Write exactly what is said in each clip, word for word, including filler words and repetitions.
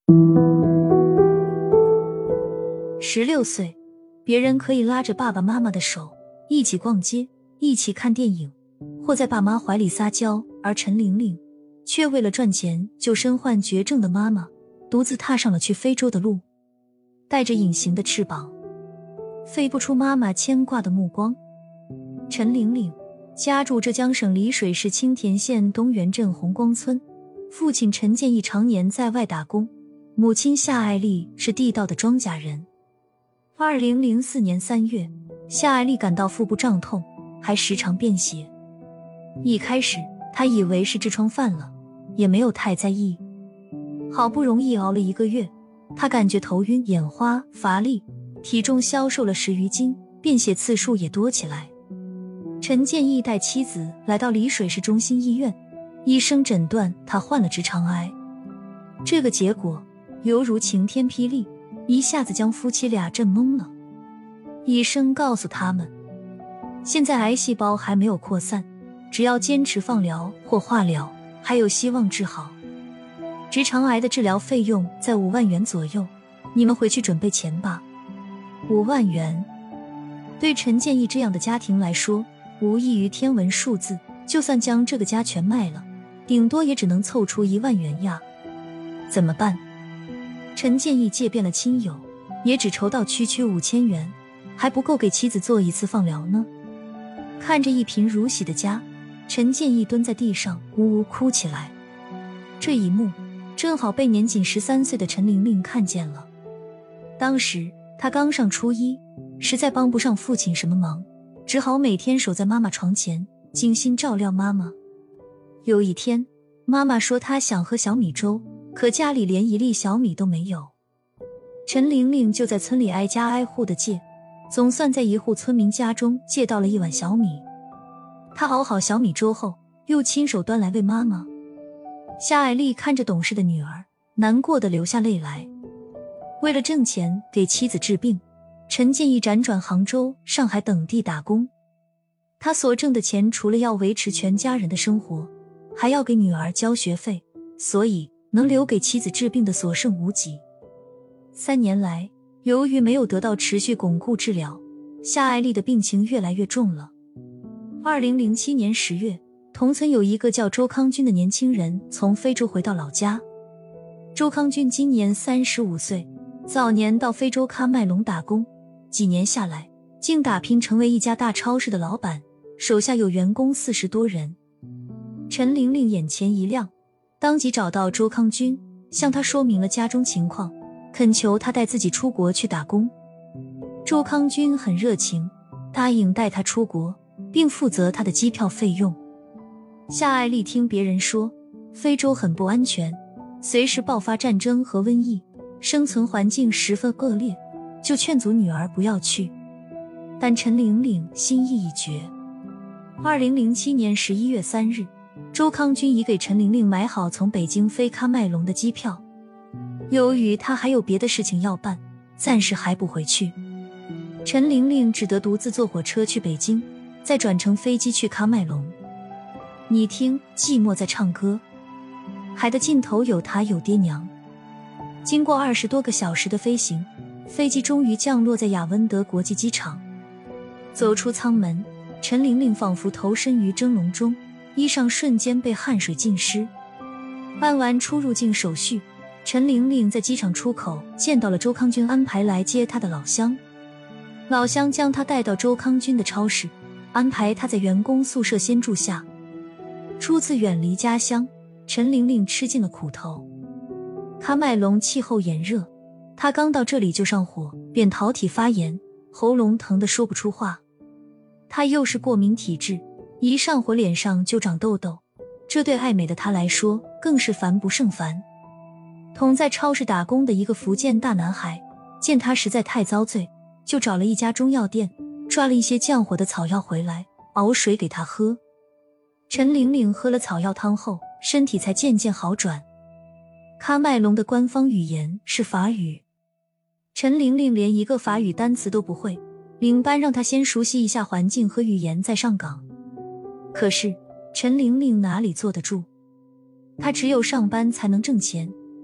十六岁，别人可以拉着爸爸妈妈的手，一起逛街，一起看电影，或在爸妈怀里撒娇，而陈玲玲却为了赚钱就身患绝症的妈妈，独自踏上了去非洲的路，带着隐形的翅膀，飞不出妈妈牵挂的目光。陈玲玲家住浙江省丽水市青田县东源镇红光村，父亲陈建义常年在外打工，母亲夏爱丽是地道的庄稼人。二零零四年三月，夏爱丽感到腹部胀痛，还时常便血。一开始她以为是痔疮犯了，也没有太在意。好不容易熬了一个月，她感觉头晕眼花乏力，体重消瘦了十余斤，便血次数也多起来。陈建义带妻子来到丽水市中心医院，医生诊断他患了直肠癌。这个结果犹如晴天霹雳，一下子将夫妻俩震懵了。医生告诉他们，现在癌细胞还没有扩散，只要坚持放疗或化疗，还有希望治好。直肠癌的治疗费用在五万元左右，你们回去准备钱吧。五万元，对陈建义这样的家庭来说，无异于天文数字，就算将这个家全卖了，顶多也只能凑出一万元呀。怎么办？陈建义借遍了亲友，也只筹到区区五千元，还不够给妻子做一次放疗呢。看着一贫如洗的家，陈建义蹲在地上呜呜哭起来。这一幕正好被年仅十三岁的陈玲玲看见了。当时她刚上初一，实在帮不上父亲什么忙，只好每天守在妈妈床前，精心照料妈妈。有一天，妈妈说她想喝小米粥，可家里连一粒小米都没有。陈玲玲就在村里挨家挨户的借，总算在一户村民家中借到了一碗小米。她熬好小米粥后，又亲手端来喂妈妈。夏爱丽看着懂事的女儿，难过的流下泪来。为了挣钱给妻子治病，陈建义辗转杭州、上海等地打工。他所挣的钱除了要维持全家人的生活，还要给女儿交学费，所以能留给妻子治病的所剩无几。三年来，由于没有得到持续巩固治疗，夏爱丽的病情越来越重了。二零零七年十月，同村有一个叫周康军的年轻人从非洲回到老家。周康军今年三十五岁，早年到非洲喀麦隆打工，几年下来，竟打拼成为一家大超市的老板，手下有员工四十多人。陈玲玲眼前一亮，当即找到周康军，向他说明了家中情况，恳求他带自己出国去打工。周康军很热情，答应带他出国，并负责他的机票费用。夏爱丽听别人说，非洲很不安全，随时爆发战争和瘟疫，生存环境十分恶劣，就劝阻女儿不要去。但陈玲玲心意已决。二零零七年十一月三日，周康军已给陈玲玲买好从北京飞喀麦隆的机票。由于他还有别的事情要办，暂时还不回去。陈玲玲只得独自坐火车去北京，再转乘飞机去喀麦隆。你听，寂寞在唱歌，海的尽头有他有爹娘。经过二十多个小时的飞行，飞机终于降落在雅温德国际机场。走出舱门，陈玲玲仿佛投身于蒸笼中，衣裳瞬间被汗水浸湿。办完出入境手续，陈玲玲在机场出口见到了周康军安排来接她的老乡。老乡将她带到周康军的超市，安排她在员工宿舍先住下。初次远离家乡，陈玲玲吃尽了苦头。喀麦隆气候炎热，她刚到这里就上火，便桃体发炎，喉咙疼得说不出话。她又是过敏体质，一上火脸上就长痘痘，这对爱美的她来说更是烦不胜烦。同在超市打工的一个福建大男孩见她实在太遭罪，就找了一家中药店，抓了一些降火的草药回来，熬水给她喝。陈玲玲喝了草药汤后，身体才渐渐好转。喀麦隆的官方语言是法语，陈玲玲连一个法语单词都不会，领班让她先熟悉一下环境和语言再上岗。可是陈玲玲哪里坐得住，她只有上班才能挣钱，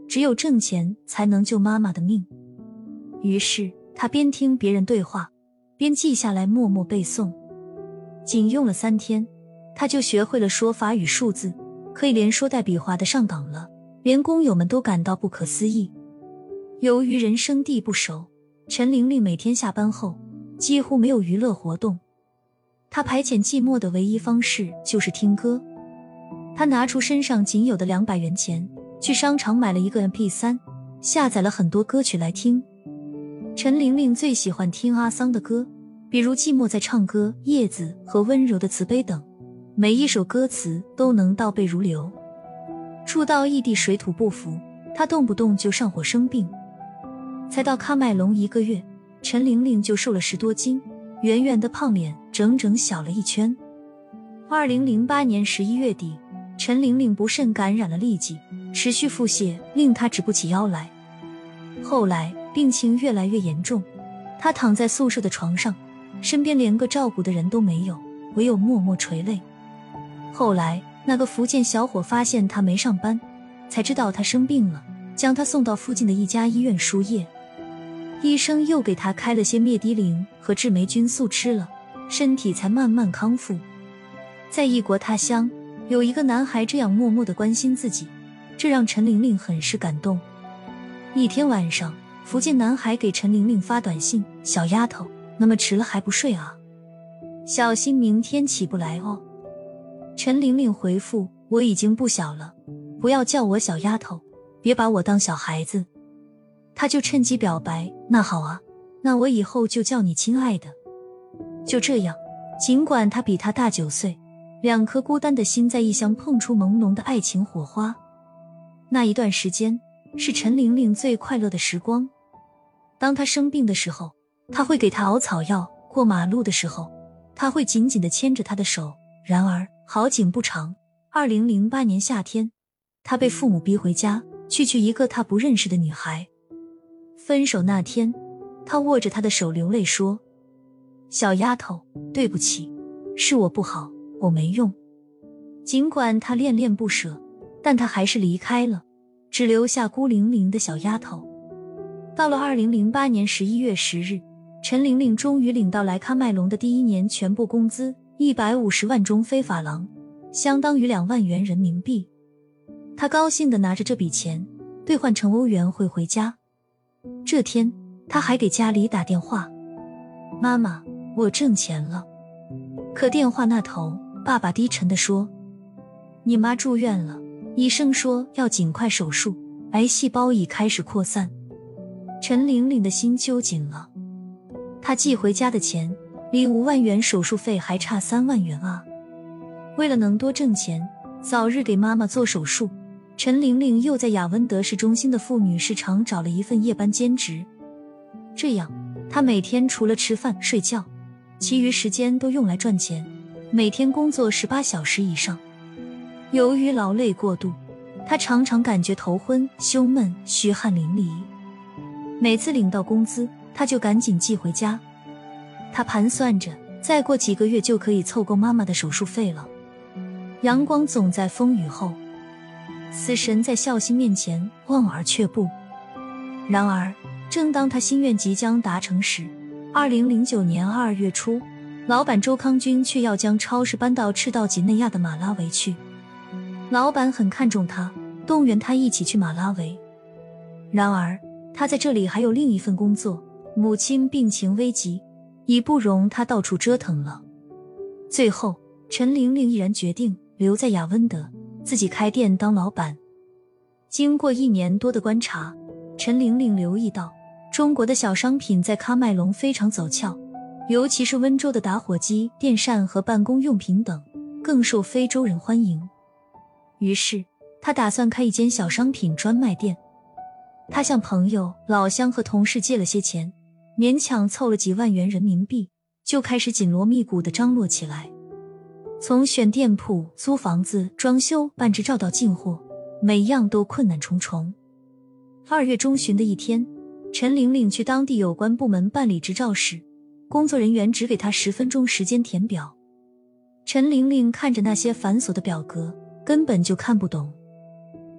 只有挣钱才能救妈妈的命。于是他边听别人对话，边记下来默默背诵。仅用了三天，他就学会了说法与数字，可以连说带比划的上岗了，连工友们都感到不可思议。由于人生地不熟，陈玲玲每天下班后几乎没有娱乐活动，她排遣寂寞的唯一方式就是听歌。她拿出身上仅有的两百元钱，去商场买了一个 M P 三， 下载了很多歌曲来听。陈玲玲最喜欢听阿桑的歌，比如寂寞在唱歌、叶子和温柔的慈悲等，每一首歌词都能倒背如流。初到异地水土不服，她动不动就上火生病。才到喀麦隆一个月，陈玲玲就瘦了十多斤，圆圆的胖脸整整小了一圈。二零零八年十一月底，陈玲玲不慎感染了痢疾，持续腹泻令她直不起腰来。后来病情越来越严重，她躺在宿舍的床上，身边连个照顾的人都没有，唯有默默垂泪。后来那个福建小伙发现她没上班，才知道她生病了，将她送到附近的一家医院输液。医生又给她开了些灭滴灵和治霉菌素吃了，身体才慢慢康复。在异国他乡，有一个男孩这样默默地关心自己，这让陈玲玲很是感动。一天晚上，福建男孩给陈玲玲发短信：小丫头，那么迟了还不睡啊？小心明天起不来哦。陈玲玲回复：我已经不小了，不要叫我小丫头，别把我当小孩子。他就趁机表白：那好啊，那我以后就叫你亲爱的。就这样，尽管他比他大九岁，两颗孤单的心在异乡碰出朦胧的爱情火花。那一段时间是陈玲玲最快乐的时光。当她生病的时候，他会给她熬草药；过马路的时候，他会紧紧地牵着她的手。然而好景不长，二零零八年夏天，他被父母逼回家，去娶一个他不认识的女孩。分手那天，他握着她的手流泪说：小丫头，对不起，是我不好，我没用。尽管他恋恋不舍，但他还是离开了，只留下孤零零的小丫头。到了二零零八年十一月十日，陈玲玲终于领到来喀麦隆的第一年全部工资一百五十万中非法郎，相当于两万元人民币。她高兴地拿着这笔钱兑换成欧元汇回家。这天，她还给家里打电话：妈妈，我挣钱了。可电话那头，爸爸低沉地说：你妈住院了，医生说要尽快手术，癌细胞已开始扩散。陈玲玲的心揪紧了，她寄回家的钱离五万元手术费还差三万元啊！为了能多挣钱，早日给妈妈做手术，陈玲玲又在雅温德市中心的妇女市场找了一份夜班兼职。这样，她每天除了吃饭睡觉，其余时间都用来赚钱，每天工作十八小时以上。由于劳累过度，她常常感觉头昏、胸闷、虚汗淋漓。每次领到工资，她就赶紧寄回家。她盘算着，再过几个月就可以凑够妈妈的手术费了。阳光总在风雨后，死神在孝心面前望而却步。然而，正当她心愿即将达成时，二零零九年二月初，老板周康军却要将超市搬到赤道几内亚的马拉维去。老板很看重他，动员他一起去马拉维。然而，他在这里还有另一份工作，母亲病情危急，已不容他到处折腾了。最后，陈玲玲毅然决定留在雅温德，自己开店当老板。经过一年多的观察，陈玲玲留意到，中国的小商品在喀麦隆非常走俏，尤其是温州的打火机、电扇和办公用品等，更受非洲人欢迎。于是，他打算开一间小商品专卖店。他向朋友、老乡和同事借了些钱，勉强凑了几万元人民币，就开始紧锣密鼓地张罗起来。从选店铺、租房子、装修、办执照到进货，每样都困难重重。二月中旬的一天，陈玲玲去当地有关部门办理执照时，工作人员只给她十分钟时间填表。陈玲玲看着那些繁琐的表格，根本就看不懂。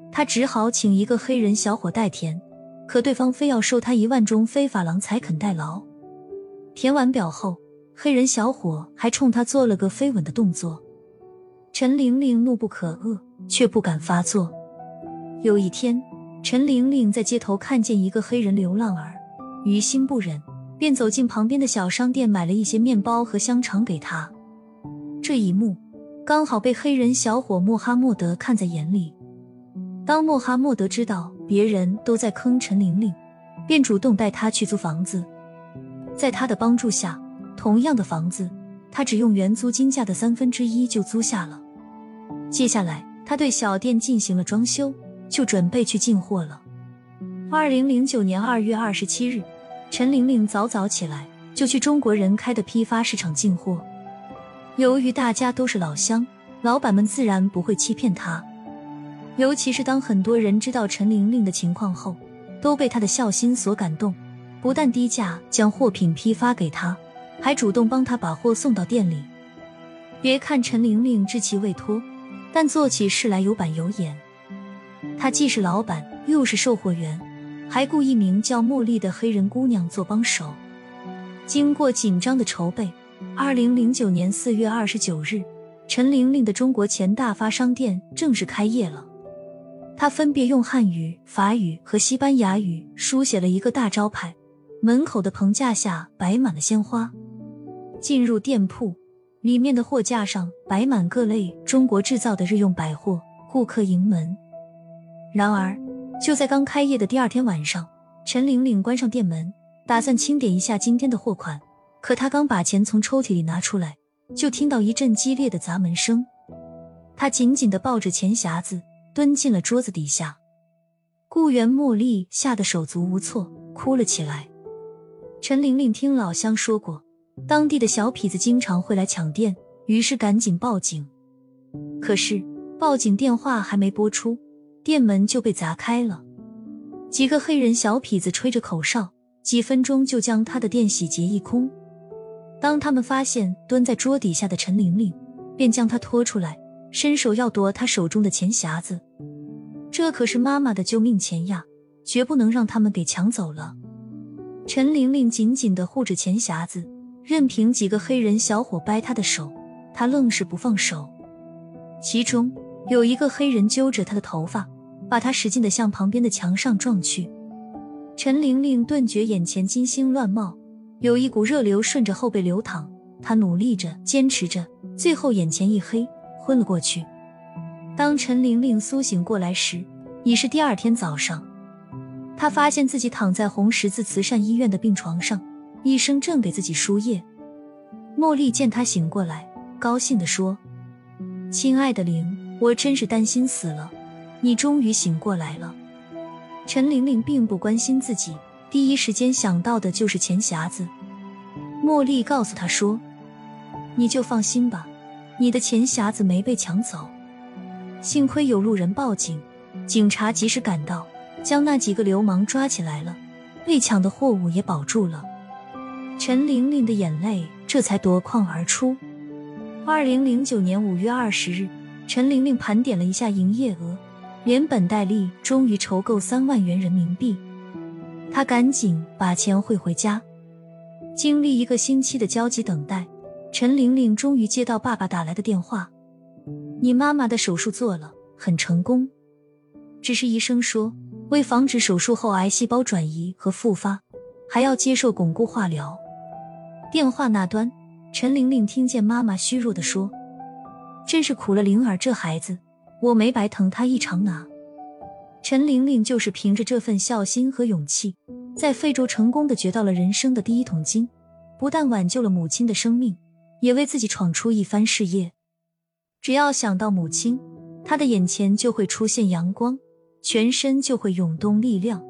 他只好请一个黑人小伙代填，可对方非要收他一万中非法郎才肯代劳。填完表后，黑人小伙还冲他做了个飞吻的动作。陈玲玲怒不可遏，却不敢发作。有一天，陈玲玲在街头看见一个黑人流浪儿，于心不忍，便走进旁边的小商店买了一些面包和香肠给他。这一幕刚好被黑人小伙穆哈默德看在眼里。当穆哈默德知道别人都在坑陈玲玲，便主动带她去租房子。在他的帮助下，同样的房子他只用原租金价的三分之一就租下了。接下来他对小店进行了装修，就准备去进货了。二零零九年二月二十七日，陈玲玲早早起来就去中国人开的批发市场进货。由于大家都是老乡，老板们自然不会欺骗她。尤其是当很多人知道陈玲玲的情况后，都被她的孝心所感动，不但低价将货品批发给她，还主动帮她把货送到店里。别看陈玲玲知其未脱，但做起事来有板有眼。她既是老板，又是售货员，还雇一名叫茉莉的黑人姑娘做帮手。经过紧张的筹备，二零零九年四月二十九日，陈玲玲的中国前大发商店正式开业了。她分别用汉语、法语和西班牙语书写了一个大招牌，门口的棚架下摆满了鲜花。进入店铺，里面的货架上摆满各类中国制造的日用百货，顾客盈门。然而，就在刚开业的第二天晚上，陈玲玲关上店门，打算清点一下今天的货款，可她刚把钱从抽屉里拿出来，就听到一阵激烈的砸门声。她紧紧地抱着钱匣子，蹲进了桌子底下。雇员茉莉吓得手足无措，哭了起来。陈玲玲听老乡说过，当地的小痞子经常会来抢店，于是赶紧报警。可是报警电话还没拨出，店门就被砸开了。几个黑人小痞子吹着口哨，几分钟就将他的店洗劫一空。当他们发现蹲在桌底下的陈玲玲，便将她拖出来，伸手要夺她手中的钱匣子。这可是妈妈的救命钱呀，绝不能让他们给抢走了。陈玲玲紧紧地护着钱匣子，任凭几个黑人小伙掰她的手，她愣是不放手。其中有一个黑人揪着她的头发，把她使劲地向旁边的墙上撞去。陈玲玲顿觉眼前金星乱冒，有一股热流顺着后背流淌，她努力着，坚持着，最后眼前一黑，昏了过去。当陈玲玲苏醒过来时，已是第二天早上。她发现自己躺在红十字慈善医院的病床上，医生正给自己输液。茉莉见她醒过来，高兴地说：“亲爱的玲，我真是担心死了，你终于醒过来了。”陈玲玲并不关心自己，第一时间想到的就是钱匣子。茉莉告诉她说：“你就放心吧，你的钱匣子没被抢走。”幸亏有路人报警，警察及时赶到，将那几个流氓抓起来了，被抢的货物也保住了。陈玲玲的眼泪这才夺眶而出。二零零九年五月二十日，陈玲玲盘点了一下营业额，连本带利终于筹够三万元人民币。她赶紧把钱汇回家。经历一个星期的焦急等待，陈玲玲终于接到爸爸打来的电话：“你妈妈的手术做了，很成功。只是医生说，为防止手术后癌细胞转移和复发，还要接受巩固化疗。”电话那端，陈玲玲听见妈妈虚弱地说：“真是苦了玲儿这孩子，我没白疼她一场呢。”陈玲玲就是凭着这份孝心和勇气，在非洲成功地掘到了人生的第一桶金，不但挽救了母亲的生命，也为自己闯出一番事业。只要想到母亲，她的眼前就会出现阳光，全身就会涌动力量。